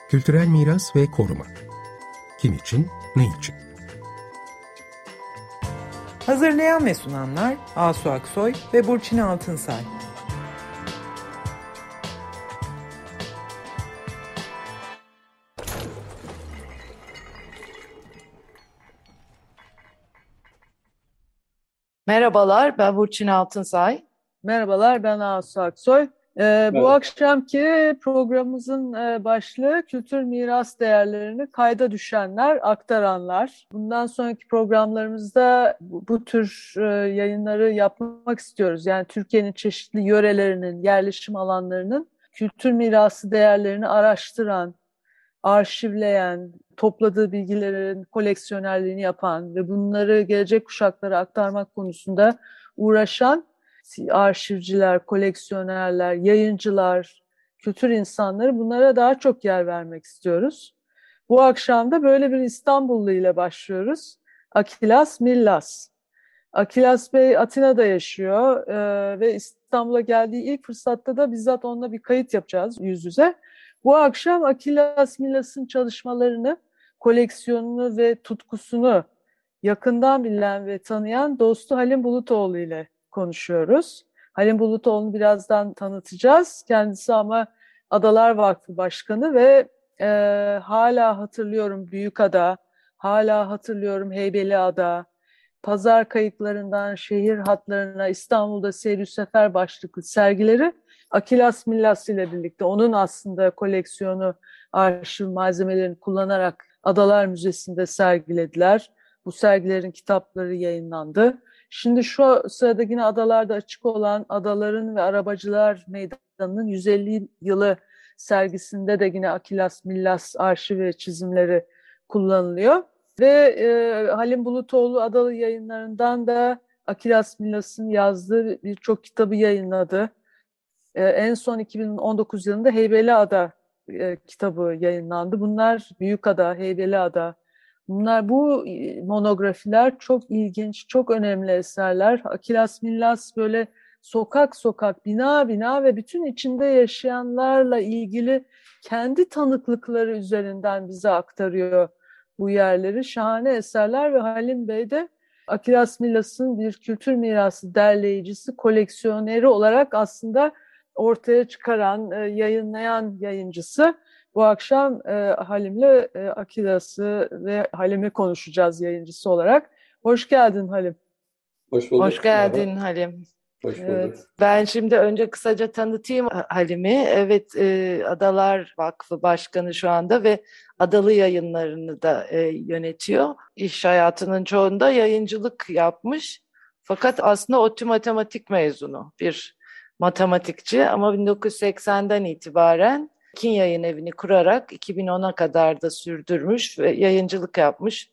Kültürel miras ve koruma. Kim için, ne için? Hazırlayan ve sunanlar Asu Aksoy ve Burçin Altınsay. Merhabalar, ben Burçin Altınsay. Merhabalar, ben Asu Aksoy. Bu akşamki programımızın başlığı kültür miras değerlerini kayda düşenler, aktaranlar. Bundan sonraki programlarımızda bu tür yayınları yapmak istiyoruz. Yani Türkiye'nin çeşitli yörelerinin, yerleşim alanlarının kültür mirası değerlerini araştıran, arşivleyen, topladığı bilgilerin koleksiyonerliğini yapan ve bunları gelecek kuşaklara aktarmak konusunda uğraşan arşivciler, koleksiyonerler, yayıncılar, kültür insanları, bunlara daha çok yer vermek istiyoruz. Bu akşam da böyle bir İstanbullu ile başlıyoruz. Akilas Millas. Akilas Bey Atina'da yaşıyor ve İstanbul'a geldiği ilk fırsatta da bizzat onunla bir kayıt yapacağız yüz yüze. Bu akşam Akilas Millas'ın çalışmalarını, koleksiyonunu ve tutkusunu yakından bilen ve tanıyan dostu Halim Bulutoğlu ile konuşuyoruz. Halim Bulutoğlu'nu birazdan tanıtacağız. Kendisi ama Adalar Vakfı Başkanı ve hala hatırlıyorum Büyükada, hala hatırlıyorum Heybeliada, pazar kayıklarından şehir hatlarına İstanbul'da Seyir Sefer başlıklı sergileri Akilas Millas ile birlikte, onun aslında koleksiyonu, arşiv malzemelerini kullanarak Adalar Müzesi'nde sergilediler. Bu sergilerin kitapları yayınlandı. Şimdi şu sırada yine adalarda açık olan Adaların ve Arabacılar Meydanı'nın 150 yılı sergisinde de yine Akilas Millas arşiv ve çizimleri kullanılıyor. Ve Halim Bulutoğlu Adalı Yayınları'ndan da Akilas Millas'ın yazdığı birçok kitabı yayınladı. En son 2019 yılında Heybeliada kitabı yayınlandı. Bunlar Büyükada, Heybeliada. Bu monografiler çok ilginç, çok önemli eserler. Akilas Millas böyle sokak sokak, bina bina ve bütün içinde yaşayanlarla ilgili kendi tanıklıkları üzerinden bize aktarıyor bu yerleri. Şahane eserler ve Halim Bey de Akilas Millas'ın bir kültür mirası derleyicisi, koleksiyoneri olarak aslında ortaya çıkaran, yayınlayan yayıncısı. Bu akşam Halim'le Akilas'ı ve Halim'i konuşacağız yayıncısı olarak. Hoş geldin Halim. Hoş bulduk. Hoş geldin Halim. Hoş bulduk. Evet, ben şimdi önce kısaca tanıtayım Halim'i. Evet, Adalar Vakfı Başkanı şu anda ve Adalı Yayınlarını da yönetiyor. İş hayatının çoğunda yayıncılık yapmış. Fakat aslında ODTÜ matematik mezunu bir matematikçi ama 1980'den itibaren Kin Yayın Evi'ni kurarak 2010'a kadar da sürdürmüş ve yayıncılık yapmış.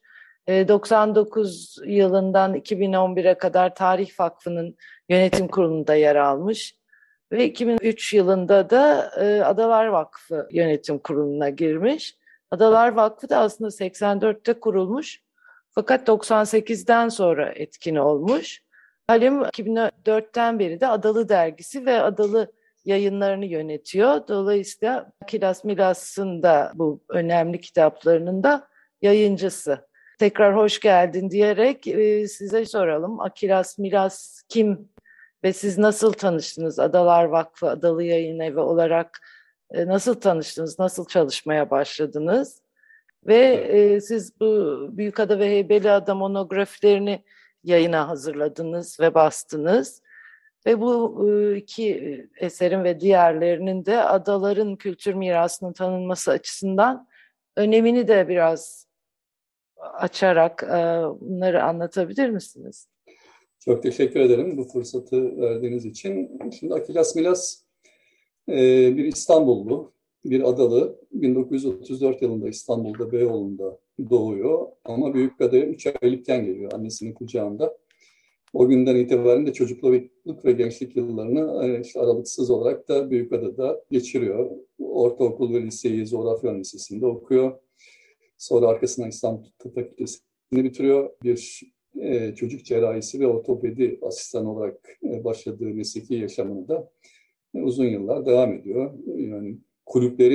99 yılından 2011'e kadar Tarih Vakfı'nın yönetim kurulunda yer almış ve 2003 yılında da Adalar Vakfı yönetim kuruluna girmiş. Adalar Vakfı da aslında 84'te kurulmuş fakat 98'den sonra etkin olmuş. Halim 2004'ten beri de Adalı Dergisi ve Adalı Yayınlarını yönetiyor. Dolayısıyla Akilas Milas'ın da bu önemli kitaplarının da yayıncısı. Tekrar hoş geldin diyerek size soralım. Akilas Milas kim ve siz nasıl tanıştınız? Adalar Vakfı, Adalı Yayın Evi olarak nasıl tanıştınız? Nasıl çalışmaya başladınız? Ve siz bu Büyükada ve Heybeliada monografilerini yayına hazırladınız ve bastınız. Ve bu iki eserin ve diğerlerinin de adaların kültür mirasının tanınması açısından önemini de biraz açarak bunları anlatabilir misiniz? Çok teşekkür ederim bu fırsatı verdiğiniz için. Şimdi Akilas Milas bir İstanbullu, bir adalı. 1934 yılında İstanbul'da Beyoğlu'nda doğuyor. Ama Büyükada'ya 3 aylıkken geliyor annesinin kucağında. O günden itibaren de çocukluk ve gençlik yıllarını işte aralıksız olarak da Büyükada'da geçiriyor. Ortaokul ve liseyi Coğrafya Lisesi'nde okuyor. Sonra arkasından İstanbul Tıp Fakültesi'ni bitiriyor. Bir çocuk cerrahisi ve ortopedi asistanı olarak başladığı mesleki yaşamını da uzun yıllar devam ediyor. Yani kulüplerin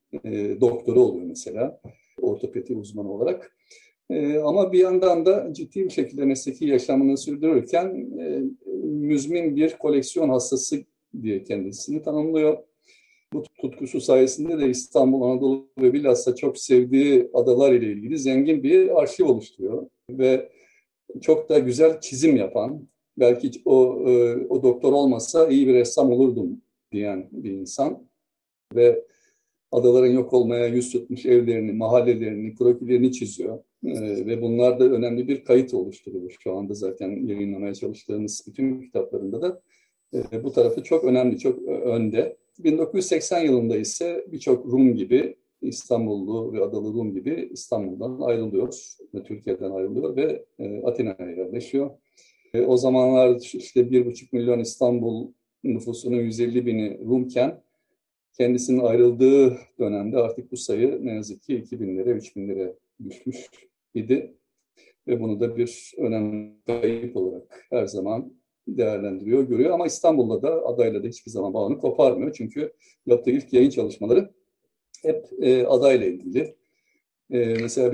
doktoru oluyor mesela, ortopedi uzmanı olarak. Ama bir yandan da ciddi bir şekilde mesleki yaşamını sürdürürken müzmin bir koleksiyon hastası diye kendisini tanımlıyor. Bu tutkusu sayesinde de İstanbul, Anadolu ve bilhassa çok sevdiği adalar ile ilgili zengin bir arşiv oluşturuyor. Ve çok da güzel çizim yapan, belki o doktor olmasa iyi bir ressam olurdum diyen bir insan. Ve adaların yok olmaya yüz tutmuş evlerini, mahallelerini, krokilerini çiziyor. Ve bunlar da önemli bir kayıt oluşturuyor. Şu anda zaten yayınlamaya çalıştığımız bütün kitaplarında da bu tarafı çok önemli, çok önde. 1980 yılında ise birçok Rum gibi, İstanbullu ve adalı Rum gibi İstanbul'dan ayrılıyor, Türkiye'den ayrılıyor ve Atina'ya yerleşiyor. O zamanlar işte 1,5 milyon İstanbul nüfusunun 150 bini Rumken, kendisinin ayrıldığı dönemde artık bu sayı ne yazık ki 2000'lere, 3000'lere düşmüş idi. Ve bunu da bir önemli kayıp olarak her zaman değerlendiriyor, görüyor. Ama İstanbul'da da adayla da hiçbir zaman bağını koparmıyor. Çünkü yaptığı ilk yayın çalışmaları hep adayla ilgili. Mesela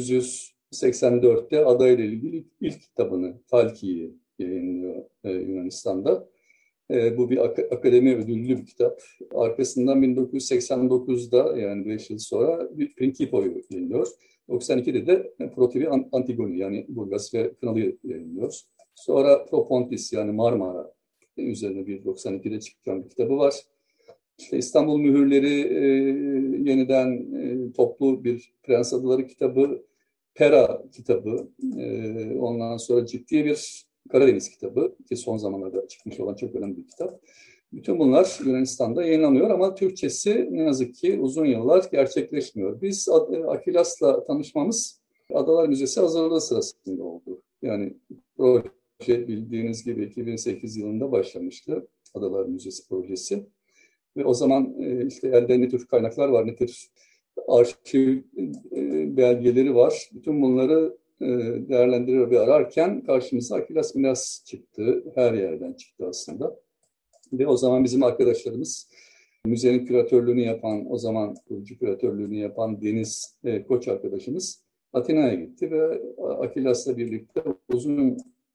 1984'te adayla ilgili ilk kitabını, Talki'yi yayınlıyor Yunanistan'da. Bu bir akademi ödüllü bir kitap. Arkasından 1989'da, yani 5 yıl sonra bir Prinkipo'yu yayınlıyor. 92'de de Protivi Antigoni, yani Burgas ve Kınalı'yı yayınlıyor. Sonra Propontis, yani Marmara üzerine bir 92'de çıkan bir kitabı var. İşte İstanbul Mühürleri, yeniden toplu bir Prens Adaları kitabı, Pera kitabı, ondan sonra ciddi bir Karadeniz kitabı, ki son zamanlarda çıkmış olan çok önemli bir kitap. Bütün bunlar Yunanistan'da yayınlanıyor ama Türkçesi ne yazık ki uzun yıllar gerçekleşmiyor. Biz Akilas'la tanışmamız Adalar Müzesi hazırlığı sırasında oldu. Yani proje bildiğiniz gibi 2008 yılında başlamıştı, Adalar Müzesi projesi. Ve o zaman işte elde ne tür kaynaklar var, ne tür arşiv belgeleri var. Bütün bunları değerlendiriyor ve ararken karşımıza Akilas Milas çıktı. Her yerden çıktı aslında. Ve o zaman bizim arkadaşlarımız, müzenin küratörlüğünü yapan, o zaman kurucu küratörlüğünü yapan Deniz Koç arkadaşımız Atina'ya gitti ve Akilas'la birlikte uzun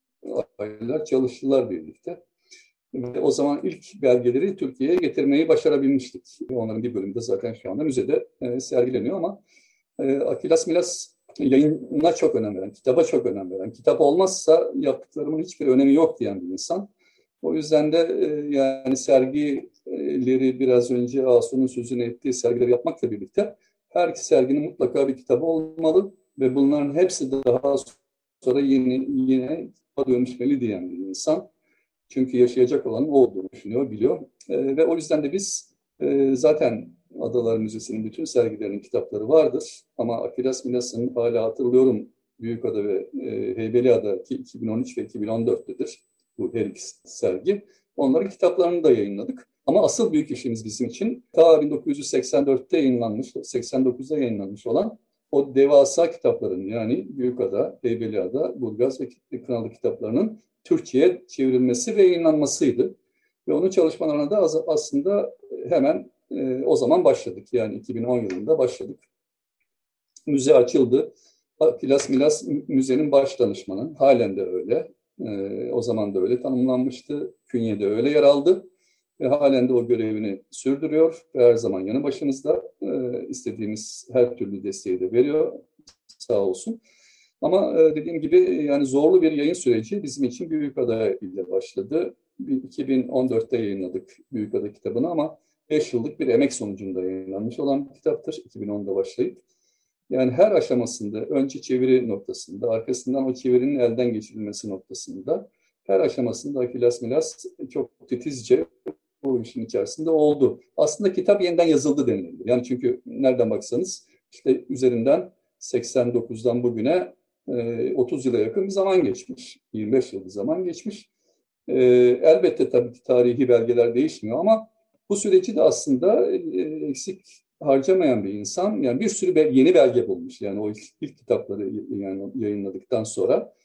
aylar çalıştılar birlikte. Ve o zaman ilk belgeleri Türkiye'ye getirmeyi başarabilmiştik. Onların bir bölümü de zaten şu anda müzede sergileniyor ama Akilas Milas yayına çok önem veren, kitaba çok önem veren, kitap olmazsa yaptıklarımın hiçbir önemi yok diyen bir insan. O yüzden de yani sergileri, biraz önce Asu'nun sözünü ettiği sergileri yapmakla birlikte her iki serginin mutlaka bir kitabı olmalı ve bunların hepsi daha sonra yine dönüşmeli diyen bir insan. Çünkü yaşayacak olanın o olduğunu düşünüyor, biliyor. Ve o yüzden de biz zaten Adalar Müzesi'nin bütün sergilerinin kitapları vardır. Ama Akilas Milas'ın, hala hatırlıyorum, Büyükada ve Heybeliada ki 2013 ve 2014'tedir bu her iki sergi. Onların kitaplarını da yayınladık. Ama asıl büyük işimiz bizim için ta 1984'te yayınlanmış, 89'da yayınlanmış olan o devasa kitapların, yani Büyükada, Heybeliada, Burgaz ve Kınalı kitaplarının Türkçe'ye çevrilmesi ve yayınlanmasıydı. Ve onun çalışmalarına da aslında hemen o zaman başladık. Yani 2010 yılında başladık. Müze açıldı. Akilas Milas müzenin baş danışmanı. Halen de öyle. O zaman da öyle tanımlanmıştı. Künye'de öyle yer aldı. Ve halen de o görevini sürdürüyor. Ve her zaman yanı başımızda, istediğimiz her türlü desteği de veriyor. Sağ olsun. Ama dediğim gibi yani zorlu bir yayın süreci bizim için Büyükada ile başladı. 2014'te yayınladık Büyükada kitabını ama 5 yıllık bir emek sonucunda yayınlanmış olan bir kitaptır. 2010'da başlayıp. Yani her aşamasında, önce çeviri noktasında, arkasından o çevirinin elden geçirilmesi noktasında, her aşamasında Akilas Milas çok titizce bu işin içerisinde oldu. Aslında kitap yeniden yazıldı denilebilir. Yani çünkü nereden baksanız işte üzerinden 89'dan bugüne 30 yıla yakın bir zaman geçmiş. 25 yıl bir zaman geçmiş. Elbette tabii ki tarihi belgeler değişmiyor ama bu süreci de aslında eksik harcamayan bir insan. Yani bir sürü yeni belge bulmuş. Yani o ilk kitapları yani yayınladıktan sonra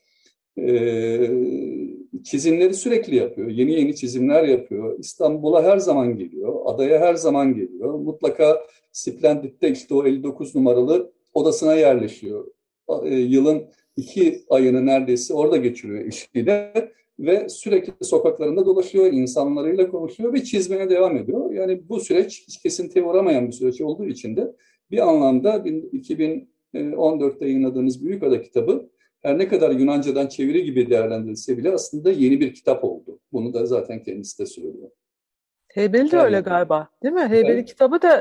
çizimleri sürekli yapıyor. Yeni çizimler yapıyor. İstanbul'a her zaman geliyor. Adaya her zaman geliyor. mutlaka Splendid'de işte o 59 numaralı odasına yerleşiyor. Yılın 2 ayını neredeyse orada geçiriyor eşiyle ve sürekli sokaklarında dolaşıyor, insanlarıyla konuşuyor ve çizmeye devam ediyor. Yani bu süreç hiç kesintiye uğramayan bir süreç olduğu için de bir anlamda 2014'te yayınladığımız Büyükada kitabı her ne kadar Yunanca'dan çeviri gibi değerlendirilse bile aslında yeni bir kitap oldu. Bunu da zaten kendisi de söylüyor. Heybeli de Yani, öyle galiba, değil mi? Heybeli evet.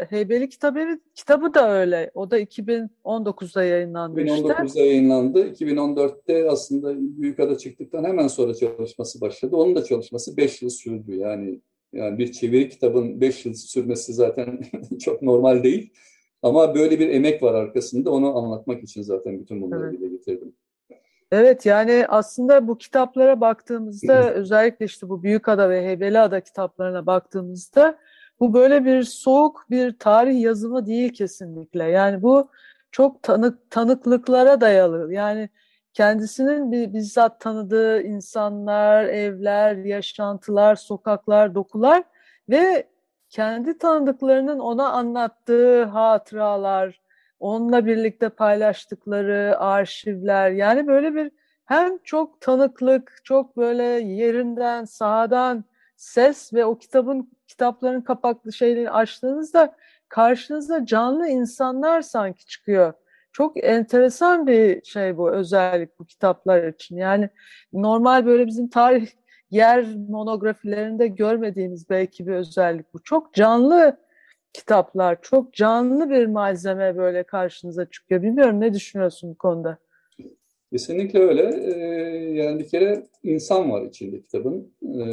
kitabı da öyle. O da 2019'da yayınlandı işte. 2019'da yayınlandı. 2014'te aslında Büyükada çıktıktan hemen sonra çalışması başladı. Onun da çalışması 5 yıl sürdü. Yani bir çeviri kitabın 5 yıl sürmesi zaten çok normal değil. Ama böyle bir emek var arkasında. Onu anlatmak için zaten bütün bunları Evet. dile getirdim. Evet, yani aslında bu kitaplara baktığımızda özellikle işte bu Büyükada ve Heybeliada kitaplarına baktığımızda bu böyle bir soğuk bir tarih yazımı değil kesinlikle. Yani bu çok tanıklıklara dayalı. Yani kendisinin bizzat tanıdığı insanlar, evler, yaşantılar, sokaklar, dokular ve kendi tanıdıklarının ona anlattığı hatıralar, onunla birlikte paylaştıkları arşivler, yani böyle bir hem çok tanıklık, çok böyle yerinden, sahadan ses ve o kitapların kapaklı şeylerini açtığınızda karşınıza canlı insanlar sanki çıkıyor. Çok enteresan bir şey bu, özellik bu kitaplar için. Yani normal böyle bizim tarih yer monografilerinde görmediğimiz belki bir özellik bu. Çok canlı kitaplar, çok canlı bir malzeme böyle karşınıza çıkıyor. Bilmiyorum, ne düşünüyorsun bu konuda? Kesinlikle öyle. Yani bir kere insan var içinde kitabın.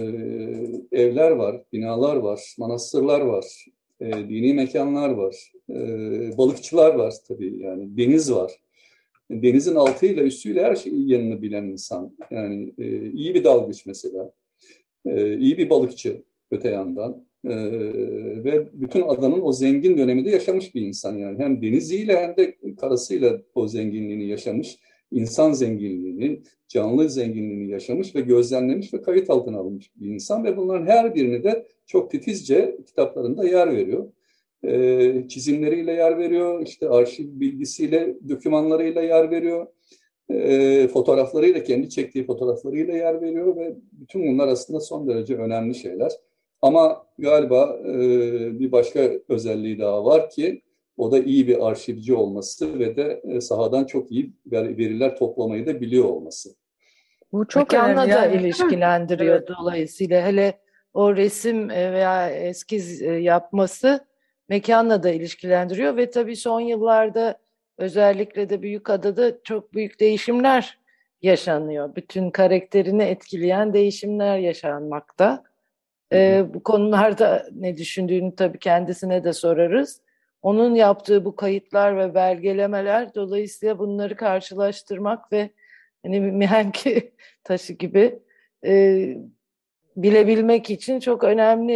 Evler var, binalar var, manastırlar var, dini mekanlar var, balıkçılar var tabii, yani deniz var. Denizin altıyla üstüyle her şeyi yanını bilen insan. Yani iyi bir dalgıç mesela, iyi bir balıkçı öte yandan. Ve bütün adanın o zengin döneminde yaşamış bir insan yani. Hem deniziyle hem de karasıyla o zenginliğini yaşamış. İnsan zenginliğini, canlı zenginliğini yaşamış ve gözlemlemiş ve kayıt altına almış bir insan ve bunların her birini de çok titizce kitaplarında yer veriyor. Çizimleriyle yer veriyor, işte arşiv bilgisiyle, dokümanlarıyla yer veriyor, fotoğraflarıyla, kendi çektiği fotoğraflarıyla yer veriyor ve bütün bunlar aslında son derece önemli şeyler. Ama galiba bir başka özelliği daha var ki o da iyi bir arşivci olması ve de sahadan çok iyi veriler toplamayı da biliyor olması. Bu çok önemli. Mekanla da Yani, ilişkilendiriyor evet. dolayısıyla. Hele o resim veya eskiz yapması mekanla da ilişkilendiriyor ve tabii son yıllarda özellikle de Büyükada'da çok büyük değişimler yaşanıyor. Bütün karakterini etkileyen değişimler yaşanmakta. Bu konularda ne düşündüğünü tabii kendisine de sorarız. Onun yaptığı bu kayıtlar ve belgelemeler dolayısıyla bunları karşılaştırmak ve hani bir mihenk taşı gibi e, bilebilmek için çok önemli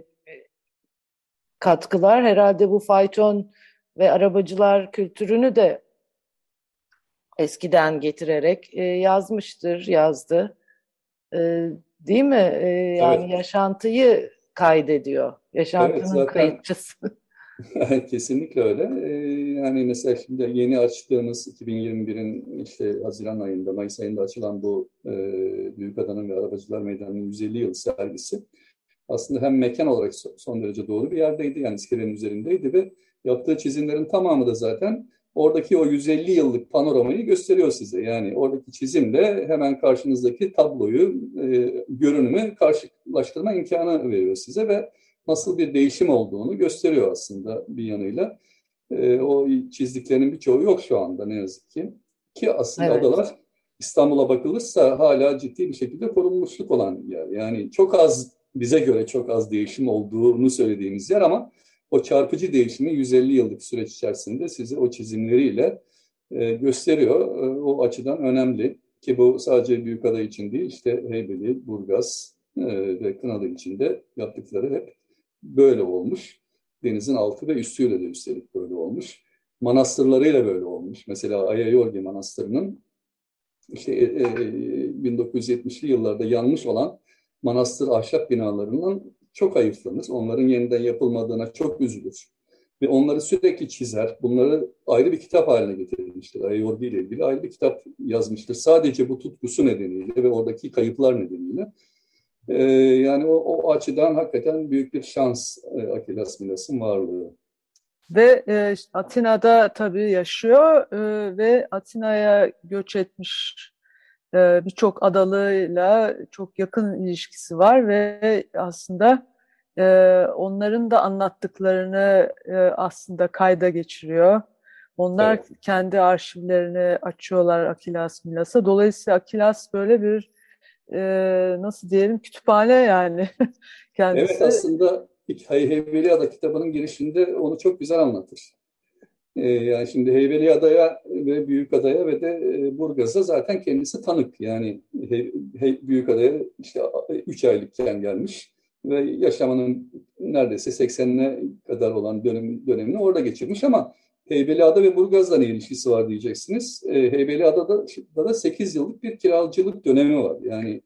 katkılar. Herhalde bu fayton ve arabacılar kültürünü de eskiden getirerek yazdı. E, Değil mi? Yani Evet, yaşantıyı kaydediyor. evet, Yaşantının zaten kayıtçısı. kesinlikle öyle. Yani mesela şimdi yeni açtığımız 2021'in işte Haziran ayında, Mayıs ayında açılan bu Büyükada'nın ve Arabacılar Meydanı'nın 150 yıl sergisi aslında hem mekan olarak son derece doğru bir yerdeydi. Yani iskelenin üzerindeydi ve yaptığı çizimlerin tamamı da zaten oradaki o 150 yıllık panoramayı gösteriyor size. Yani oradaki çizimle hemen karşınızdaki tabloyu, görünümü karşılaştırma imkanı veriyor size ve nasıl bir değişim olduğunu gösteriyor aslında bir yanıyla. O çizdiklerinin birçoğu yok şu anda ne yazık ki. Ki aslında Evet. adalar İstanbul'a bakılırsa hala ciddi bir şekilde korunmuşluk olan bir yer. Yani çok az, bize göre çok az değişim olduğunu söylediğimiz yer ama o çarpıcı değişimi 150 yıllık süreç içerisinde size o çizimleriyle gösteriyor. O açıdan önemli ki bu sadece Büyükada için değil, işte Heybeli, Burgaz ve Kınalı için de yaptıkları hep böyle olmuş. Denizin altı ve üstüyle de üstelik böyle olmuş. Manastırlarıyla böyle olmuş. Mesela Ayayorgi Manastırı'nın işte 1970'li yıllarda yanmış olan manastır ahşap binalarından çok hayıflanır. Onların yeniden yapılmadığına çok üzülür. ve onları sürekli çizer. Bunları ayrı bir kitap haline getirmiştir. Ayorgi ile ilgili ayrı bir kitap yazmıştır. Sadece bu tutkusu nedeniyle ve oradaki kayıplar nedeniyle. Yani o açıdan hakikaten büyük bir şans Akilas Milas'ın varlığı. Ve Atina'da tabii yaşıyor ve Atina'ya göç etmiş birçok adalıyla çok yakın ilişkisi var ve aslında onların da anlattıklarını aslında kayda geçiriyor. Onlar Evet. kendi arşivlerini açıyorlar Akilas Milas'a. Dolayısıyla Akilas böyle bir nasıl diyelim kütüphane yani kendisi. Evet, aslında Heybeliada kitabının girişinde onu çok güzel anlatır. Yani şimdi Heybeliada'ya ve Büyükada'ya ve de Burgaz'a zaten kendisi tanık. Yani Büyükada'ya işte 3 aylıkken gelmiş ve yaşamının neredeyse 80'ine kadar olan dönemini orada geçirmiş ama Heybeliada ve Burgaz'la ne ilişkisi var diyeceksiniz. Heybeliada'da 8 yıllık bir kiracılık dönemi var. Yani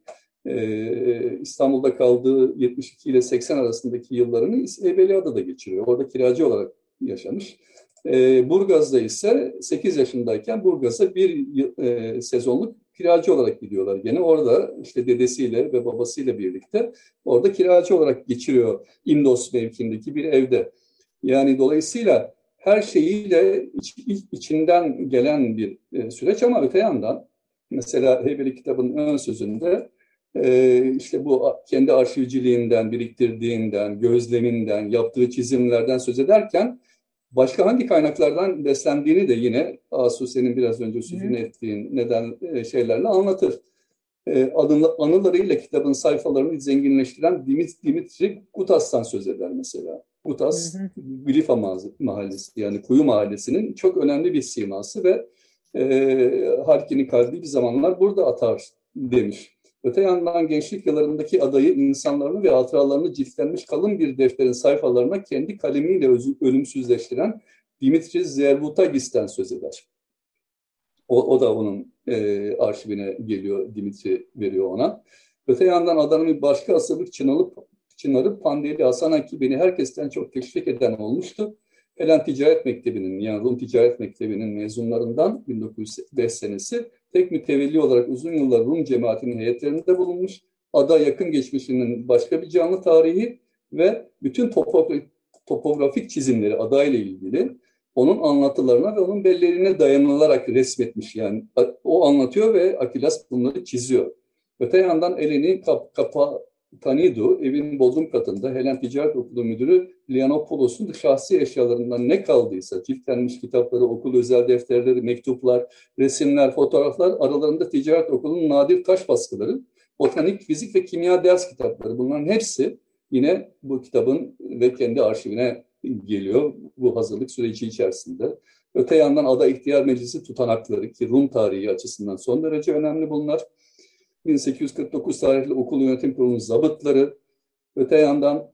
İstanbul'da kaldığı 72 ile 80 arasındaki yıllarını Heybeliada'da geçiriyor. Orada kiracı olarak yaşamış. Burgaz'da ise 8 yaşındayken Burgaz'a bir sezonluk kiracı olarak gidiyorlar. Gene orada işte dedesiyle ve babasıyla birlikte orada kiracı olarak geçiriyor İmdos mevkiindeki bir evde. Yani dolayısıyla her şeyiyle içinden gelen bir süreç ama öte yandan mesela Heybeli kitabının ön sözünde işte bu kendi arşivciliğinden, biriktirdiğinden, gözleminden, yaptığı çizimlerden söz ederken başka hangi kaynaklardan beslendiğini de yine Asu senin biraz önce sözünü ettiğin şeylerle anlatır. Anılarıyla kitabın sayfalarını zenginleştiren Dimitri Gutas'tan söz eder mesela. Gutas, Glifa mahallesi yani Kuyu mahallesinin çok önemli bir siması ve Harki'nin kalbi bir zamanlar burada atar demiş. Öte yandan gençlik yıllarındaki adayı insanlarını ve hatıralarını ciltlenmiş kalın bir defterin sayfalarına kendi kalemiyle ölümsüzleştiren Dimitri Zervutagis'ten söz eder. O da onun arşivine geliyor, Dimitri veriyor ona. Öte yandan adanın bir başka asırlık Çınarı Pandeli Hasan Aki beni herkesten çok teşvik eden olmuştu. Helen Ticaret Mektebi'nin yani Rum Ticaret Mektebi'nin mezunlarından 1905 senesi tek mütevelli olarak uzun yıllar Rum cemaatinin heyetlerinde bulunmuş. Ada yakın geçmişinin başka bir canlı tarihi ve bütün topografik çizimleri ada ile ilgili onun anlatılarına ve onun belleğine dayanılarak resmetmiş. Yani o anlatıyor ve Akilas bunları çiziyor. Öte yandan Eleni Kapatanidu evin bodrum katında Helen Ticaret Okulu Müdürü Lianopoulos'un şahsi eşyalarından ne kaldıysa ciltlenmiş kitapları, okul özel defterleri, mektuplar, resimler, fotoğraflar aralarında Ticaret Okulu'nun nadir taş baskıları, botanik, fizik ve kimya ders kitapları bunların hepsi yine bu kitabın ve kendi arşivine geliyor bu hazırlık süreci içerisinde. Öte yandan Ada İhtiyar Meclisi tutanakları ki Rum tarihi açısından son derece önemli bunlar. 1849 tarihli okul yönetim kurulunun zabıtları. Öte yandan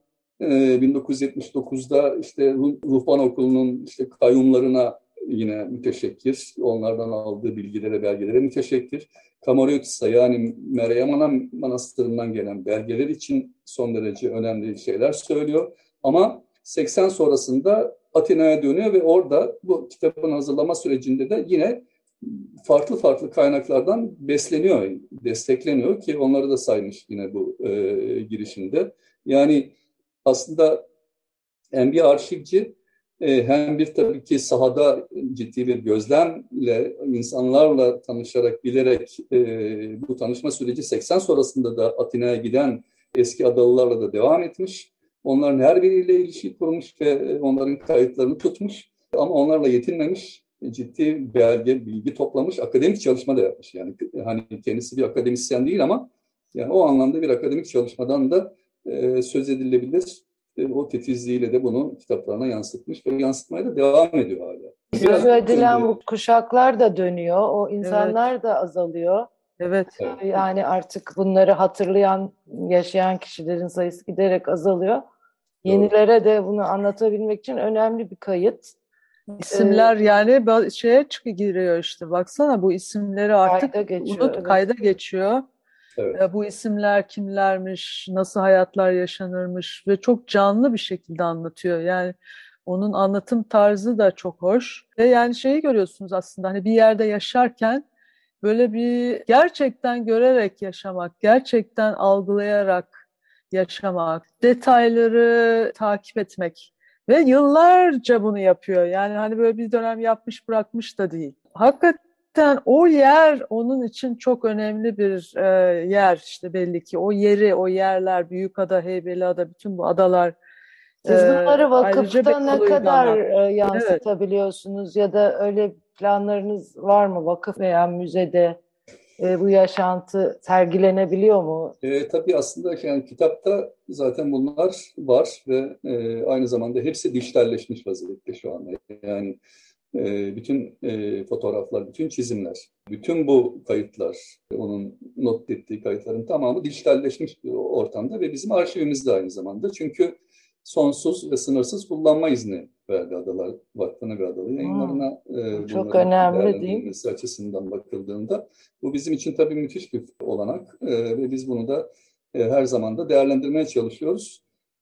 1979'da işte Ruhban Okulu'nun işte kayyumlarına yine müteşekkir. Onlardan aldığı bilgilere, belgelere müteşekkir. Kamariotis'a yani Meryem Ana Manastırı'ndan gelen belgeler için son derece önemli şeyler söylüyor. Ama 80 sonrasında Atina'ya dönüyor ve orada bu kitabın hazırlama sürecinde de yine farklı kaynaklardan besleniyor, destekleniyor ki onları da saymış yine bu girişinde. Yani aslında hem bir arşivci hem bir tabii ki sahada ciddi bir gözlemle, insanlarla tanışarak, bilerek bu tanışma süreci 80 sonrasında da Atina'ya giden eski adalılarla da devam etmiş. Onların her biriyle ilişki kurmuş ve onların kayıtlarını tutmuş ama onlarla yetinmemiş. Ciddi bilgi toplamış, akademik çalışma da yapmış. Yani hani kendisi bir akademisyen değil ama yani o anlamda bir akademik çalışmadan da söz edilebilir. O titizliğiyle de bunu kitaplarına yansıtmış ve yansıtmaya da devam ediyor hala. Söz edilen bu kuşaklar da dönüyor, o insanlar da azalıyor. Evet. Yani artık bunları hatırlayan, yaşayan kişilerin sayısı giderek azalıyor. Yenilere de bunu anlatabilmek için önemli bir kayıt. İsimler yani şeye giriyor işte. Baksana bu isimleri artık kayda geçiyor. Evet. Bu isimler kimlermiş, nasıl hayatlar yaşanırmış ve çok canlı bir şekilde anlatıyor. Yani Onun anlatım tarzı da çok hoş. Ve yani şeyi görüyorsunuz aslında hani bir yerde yaşarken böyle bir gerçekten görerek yaşamak, gerçekten algılayarak yaşamak, detayları takip etmek ve yıllarca bunu yapıyor. Yani hani böyle bir dönem yapmış bırakmış da değil. Hakikaten o yer onun için çok önemli bir yer işte belli ki. O yeri, o yerler, Büyükada, Heybeliada, bütün bu adalar Siz bunları ayrıca vakıfta ne Beyoğlu'ydu kadar ama. Evet. yansıtabiliyorsunuz ya da öyle planlarınız var mı vakıf veya müzede bu yaşantı sergilenebiliyor mu? Tabii aslında yani kitapta zaten bunlar var ve aynı zamanda hepsi dijitalleşmiş vaziyette şu anda. Yani bütün fotoğraflar, bütün çizimler, bütün bu kayıtlar, onun not ettiği kayıtların tamamı dijitalleşmiş bir ortamda ve bizim arşivimizde aynı zamanda. Çünkü sonsuz ve sınırsız kullanma izni verdi Adalar Vakfı'na ve Adalı Yayınları'na Çok bunların önemli değil mi? değerlendirilmesi açısından bakıldığında. Bu bizim için tabii müthiş bir olanak ve biz bunu da her zaman da değerlendirmeye çalışıyoruz.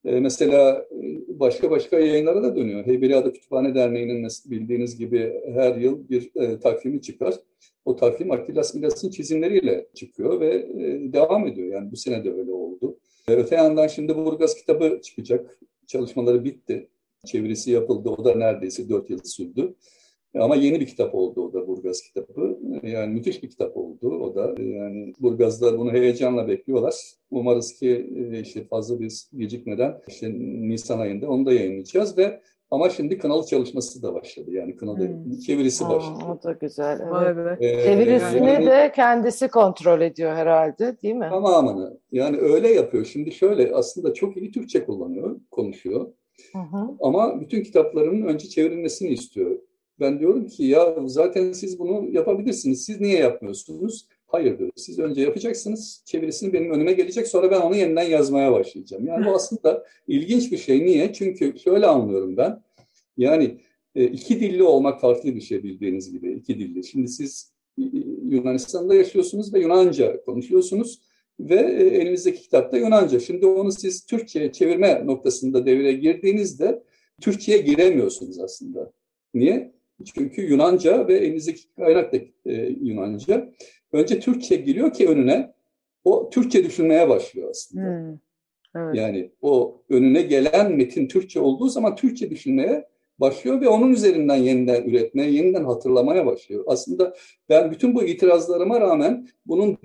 Mesela başka yayınlara da dönüyor. Heybeliada Kütüphane Derneği'nin bildiğiniz gibi her yıl bir takvimi çıkar. O takvim Akilas Milas'ın çizimleriyle çıkıyor ve devam ediyor. Yani bu sene de öyle oldu. Öte yandan şimdi Burgaz kitabı çıkacak. Çalışmaları bitti. Çevirisi yapıldı. O da neredeyse 4 yıl sürdü. Ama yeni bir kitap oldu o da Burgaz kitabı. Yani müthiş bir kitap oldu o da. Yani Burgaz'da bunu heyecanla bekliyorlar. Umarız ki işte fazla bir gecikmeden işte Nisan ayında onu da yayınlayacağız ve ama şimdi kınalı çalışması da başladı. Yani kınalı çevirisi başladı. O da güzel. Evet. Vay be. Çevirisini Yani de kendisi kontrol ediyor herhalde, değil mi? tamamını. Yani öyle yapıyor. Şimdi şöyle aslında çok iyi Türkçe kullanıyor, konuşuyor. Hı hı. Ama bütün kitaplarının önce çevrilmesini istiyor. Ben diyorum ki ya zaten siz bunu yapabilirsiniz. Siz niye yapmıyorsunuz? Hayır diyor. Siz önce yapacaksınız. Çevirisini benim önüme gelecek. Sonra ben onu yeniden yazmaya başlayacağım. Yani bu aslında ilginç bir şey. Niye? Çünkü şöyle anlıyorum ben. Yani iki dilli olmak farklı bir şey bildiğiniz gibi. İki dilli. Şimdi siz Yunanistan'da yaşıyorsunuz ve Yunanca konuşuyorsunuz. Ve elinizdeki kitapta Yunanca. Şimdi onu siz Türkçe'ye çevirme noktasında devreye girdiğinizde Türkçe'ye giremiyorsunuz aslında. Niye? Çünkü Yunanca ve elinizdeki kaynak da Yunanca. Önce Türkçe giriyor ki önüne o Türkçe düşünmeye başlıyor aslında. Evet. Yani o önüne gelen metin Türkçe olduğu zaman Türkçe düşünmeye başlıyor ve onun üzerinden yeniden üretmeye, yeniden hatırlamaya başlıyor. Aslında ben bütün bu itirazlarıma rağmen bunun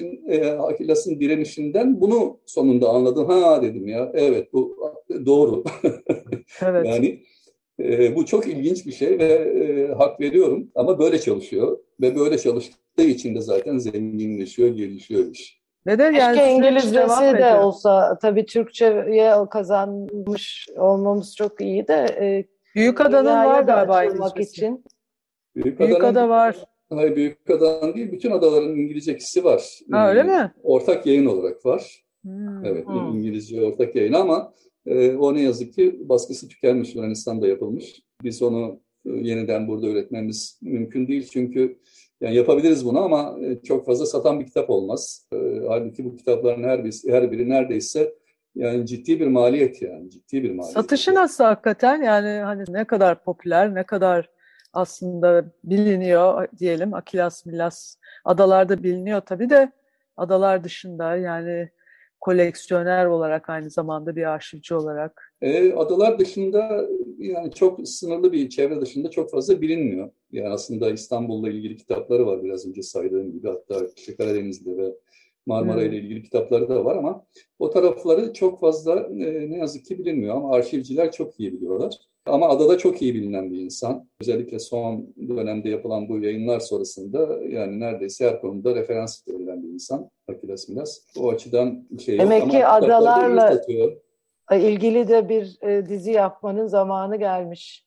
Akilas'ın direnişinden bunu sonunda anladım. Ha dedim ya, evet bu doğru. Evet. Yani bu çok ilginç bir şey ve hak veriyorum ama böyle çalışıyor ve böyle çalıştığı için de zaten zenginleşiyor, gelişiyor iş. Ve de yani Keşke süreç İngilizcesi devam de ediyor. olsa. Tabii Türkçe'ye kazanmış olmamız çok iyi de Büyükada'nın dünyaya var da galiba açılmak İngilizcesi. için. Büyükada var. Hayır, Büyükada'nın değil, bütün adaların İngilizcesi var. Ha, öyle mi? Ortak yayın olarak var. Evet, İngilizce ortak yayın ama o ne yazık ki baskısı tükenmiş, Yunanistan'da yapılmış. Biz onu yeniden burada üretmemiz mümkün değil çünkü yani yapabiliriz bunu ama çok fazla satan bir kitap olmaz. Halbuki bu kitapların her biri neredeyse yani ciddi bir maliyet yani ciddi bir maliyet. Satışı nasıl hakikaten? Yani hani ne kadar popüler, ne kadar aslında biliniyor diyelim. Akilas, Milas adalarda biliniyor tabii de adalar dışında yani koleksiyoner olarak aynı zamanda bir arşivci olarak. Adalar dışında yani çok sınırlı bir çevre dışında çok fazla bilinmiyor. Yani aslında İstanbul'la ilgili kitapları var biraz önce saydığım gibi hatta işte Karadeniz'de ve Marmara ile ilgili kitapları da var ama o tarafları çok fazla ne yazık ki bilinmiyor ama arşivciler çok iyi biliyorlar. Ama adada çok iyi bilinen bir insan. Özellikle son dönemde yapılan bu yayınlar sonrasında yani neredeyse her konuda referans verilen bir insan Akilas Milas. O açıdan şey yok Demek ama ki adalarla satıyor. ilgili de bir dizi yapmanın zamanı gelmiş.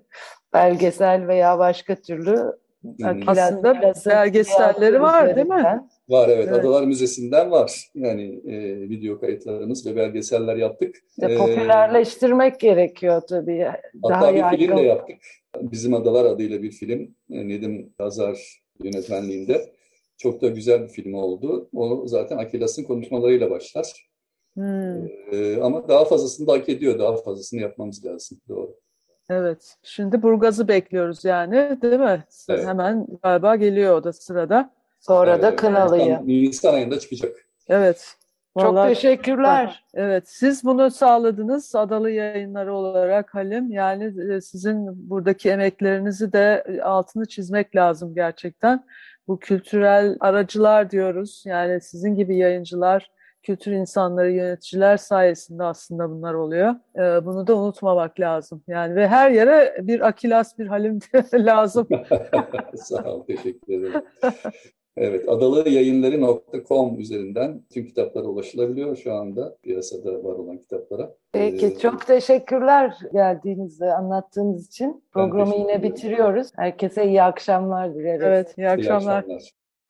Belgesel veya başka türlü. Aslında belgeselleri var değil mi? Var evet. Adalar Müzesi'nden var. Yani video kayıtlarımız ve belgeseller yaptık. Popülerleştirmek gerekiyor tabii. Hatta bir film de yaptık. Bizim Adalar adıyla bir film. Nedim Hazar yönetmenliğinde. Çok da güzel bir film oldu. O zaten Akilas'ın konuşmalarıyla başlar. Ama daha fazlasını da hak ediyor. Daha fazlasını yapmamız lazım. Doğru. Evet. Şimdi Burgaz'ı bekliyoruz yani, değil mi? Evet. Hemen galiba geliyor o da sırada. Sonra da Evet. Kınalı'yı. Nisan ayında çıkacak. Evet. Çok Vallahi teşekkürler. evet, siz bunu sağladınız Adalı Yayınları olarak Halim. Yani sizin buradaki emeklerinizi de altını çizmek lazım gerçekten. Bu kültürel aracılar diyoruz. Yani sizin gibi yayıncılar, kültür insanları, yöneticiler sayesinde aslında bunlar oluyor. Bunu da unutmamak lazım. Yani ve her yere bir Akilas, bir Halim lazım. Sağ ol, teşekkür ederim. Evet, adalayayınları.com üzerinden tüm kitaplara ulaşılabiliyor şu anda piyasada var olan kitaplara. Peki, çok teşekkürler geldiğinizde, anlattığınız için. Programı yine bitiriyoruz. Herkese iyi akşamlar dileriz. Evet, iyi İyi akşamlar. akşamlar.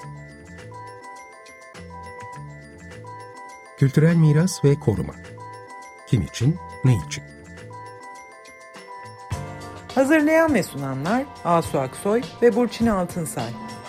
Kültürel miras ve koruma. Kim için, ne için? Hazırlayan ve sunanlar Asu Aksoy ve Burçin Altınsay.